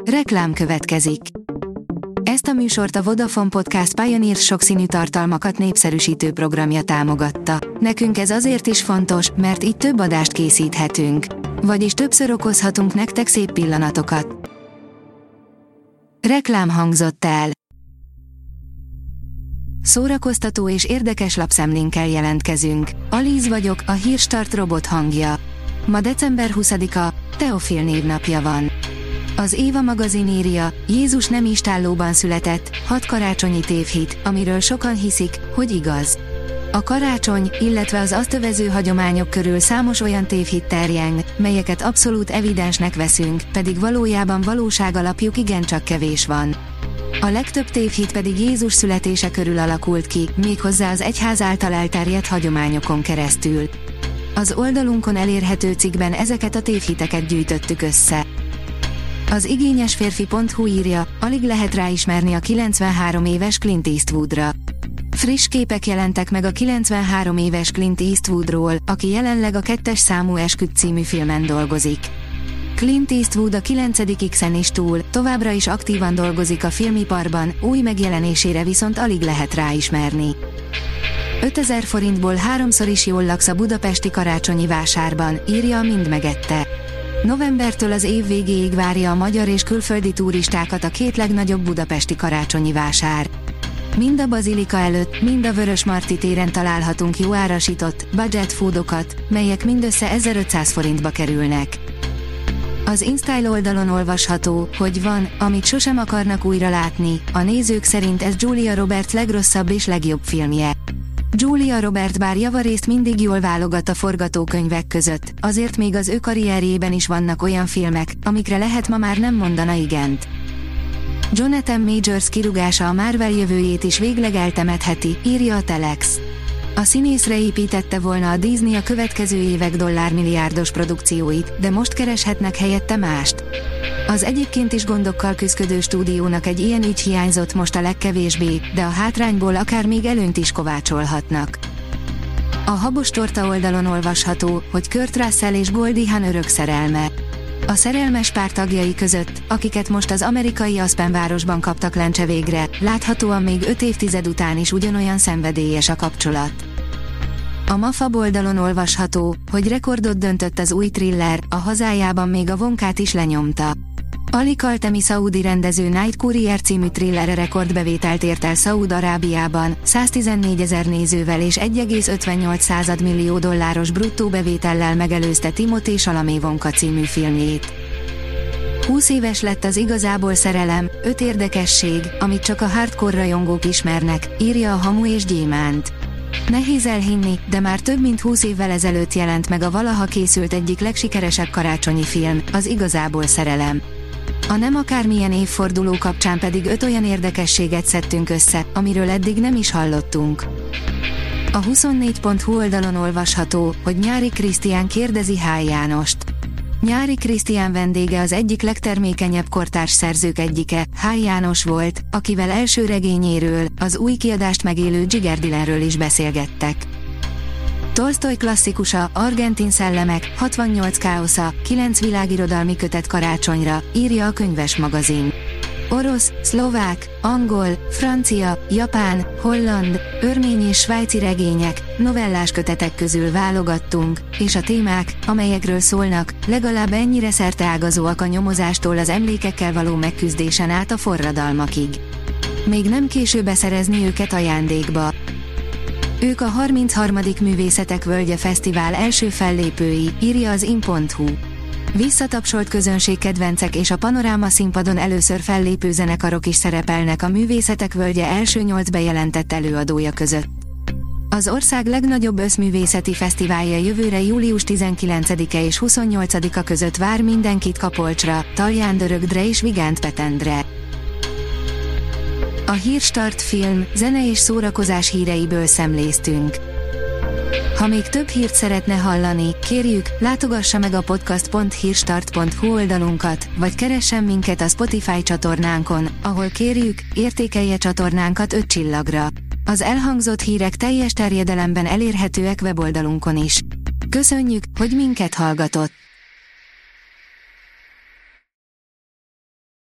Reklám következik. Ezt a műsort a Vodafone Podcast Pioneer sokszínű tartalmakat népszerűsítő programja támogatta. Nekünk ez azért is fontos, mert így több adást készíthetünk. Vagyis többször okozhatunk nektek szép pillanatokat. Reklám hangzott el. Szórakoztató és érdekes lapszemlénkkel jelentkezünk. Alíz vagyok, a Hírstart robot hangja. Ma december 20-a, Teofil névnapja van. Az Éva magazin írja, Jézus nem istállóban született, 6 karácsonyi tévhit, amiről sokan hiszik, hogy igaz. A karácsony, illetve az azt övező hagyományok körül számos olyan tévhit terjeng, melyeket abszolút evidensnek veszünk, pedig valójában valóságalapjuk igencsak kevés van. A legtöbb tévhit pedig Jézus születése körül alakult ki, méghozzá az egyház által elterjedt hagyományokon keresztül. Az oldalunkon elérhető cikkben ezeket a tévhiteket gyűjtöttük össze. Az igényesférfi.hu írja, alig lehet ráismerni a 93 éves Clint Eastwoodra. Friss képek jelentek meg a 93 éves Clint Eastwoodról, aki jelenleg a 2. számú Esküdt című filmen dolgozik. Clint Eastwood a 9. X-en is túl, továbbra is aktívan dolgozik a filmiparban, új megjelenésére viszont alig lehet ráismerni. 5000 forintból 3-szor is jól laksz a budapesti karácsonyi vásárban, írja a Mind megette. Novembertől az év végéig várja a magyar és külföldi turistákat a 2 legnagyobb budapesti karácsonyi vásár. Mind a Bazilika előtt, mind a Vörösmarty téren találhatunk jó árasított, budget foodokat, melyek mindössze 1500 forintba kerülnek. Az InStyle oldalon olvasható, hogy van, amit sosem akarnak újra látni, a nézők szerint ez Julia Roberts legrosszabb és legjobb filmje. Julia Roberts bár javarészt mindig jól válogat a forgatókönyvek között, azért még az ő karrierjében is vannak olyan filmek, amikre lehet ma már nem mondana igent. Jonathan Majors kirúgása a Marvel jövőjét is végleg eltemetheti, írja a Telex. A színészre építette volna a Disney a következő évek dollármilliárdos produkcióit, de most kereshetnek helyette mást. Az egyébként is gondokkal küszködő stúdiónak egy ilyen ügy hiányzott most a legkevésbé, de a hátrányból akár még előnyt is kovácsolhatnak. A Habos Torta oldalon olvasható, hogy Kurt Russell és Goldie Hawn örök szerelme. A szerelmes pár tagjai között, akiket most az amerikai Aspen városban kaptak lencse végre, láthatóan még 5 évtized után is ugyanolyan szenvedélyes a kapcsolat. A Mafab oldalon olvasható, hogy rekordot döntött az új thriller, a hazájában még a Wonkát is lenyomta. Ali Kaltemi szaúdi rendező Night Courier című thrillere rekordbevételt ért el Szaúd-Arábiában, 114 000 nézővel és 1,58 millió dolláros bruttó bevétellel megelőzte Timothée Chalamet Wonka című filmjét. 20 éves lett az Igazából szerelem, 5 érdekesség, amit csak a hardcore rajongók ismernek, írja a Hamu és Gyémánt. Nehéz elhinni, de már több mint 20 évvel ezelőtt jelent meg a valaha készült egyik legsikeresebb karácsonyi film, az Igazából szerelem. A nem akármilyen évforduló kapcsán pedig 5 olyan érdekességet szedtünk össze, amiről eddig nem is hallottunk. A 24.hu oldalon olvasható, hogy Nyári Krisztián kérdezi H. Jánost. Nyári Krisztián vendége az egyik legtermékenyebb kortárs szerzők egyike, H. János volt, akivel első regényéről, az új kiadást megélő Jigger Dylanről is beszélgettek. Tolsztoj klasszikusa, Argentin szellemek, 68 káosza, 9 világirodalmi kötet karácsonyra, írja a Könyves magazin. Orosz, szlovák, angol, francia, japán, holland, örmény és svájci regények, novellás kötetek közül válogattunk, és a témák, amelyekről szólnak, legalább ennyire szerteágazóak a nyomozástól az emlékekkel való megküzdésen át a forradalmakig. Még nem késő beszerezni őket ajándékba. Ők a 33. Művészetek Völgye Fesztivál első fellépői, írja az in.hu. Visszatapsolt közönségkedvencek és a Panoráma színpadon először fellépő zenekarok is szerepelnek a Művészetek Völgye első 8 bejelentett előadója között. Az ország legnagyobb összművészeti fesztiválja jövőre július 19-e és 28-a között vár mindenkit Kapolcsra, Talján Dörögdre és Vigánt Petendre. A Hírstart film, zene és szórakozás híreiből szemléztünk. Ha még több hírt szeretne hallani, kérjük, látogassa meg a podcast.hírstart.hu oldalunkat, vagy keressen minket a Spotify csatornánkon, ahol kérjük, értékelje csatornánkat 5 csillagra. Az elhangzott hírek teljes terjedelemben elérhetőek weboldalunkon is. Köszönjük, hogy minket hallgatott!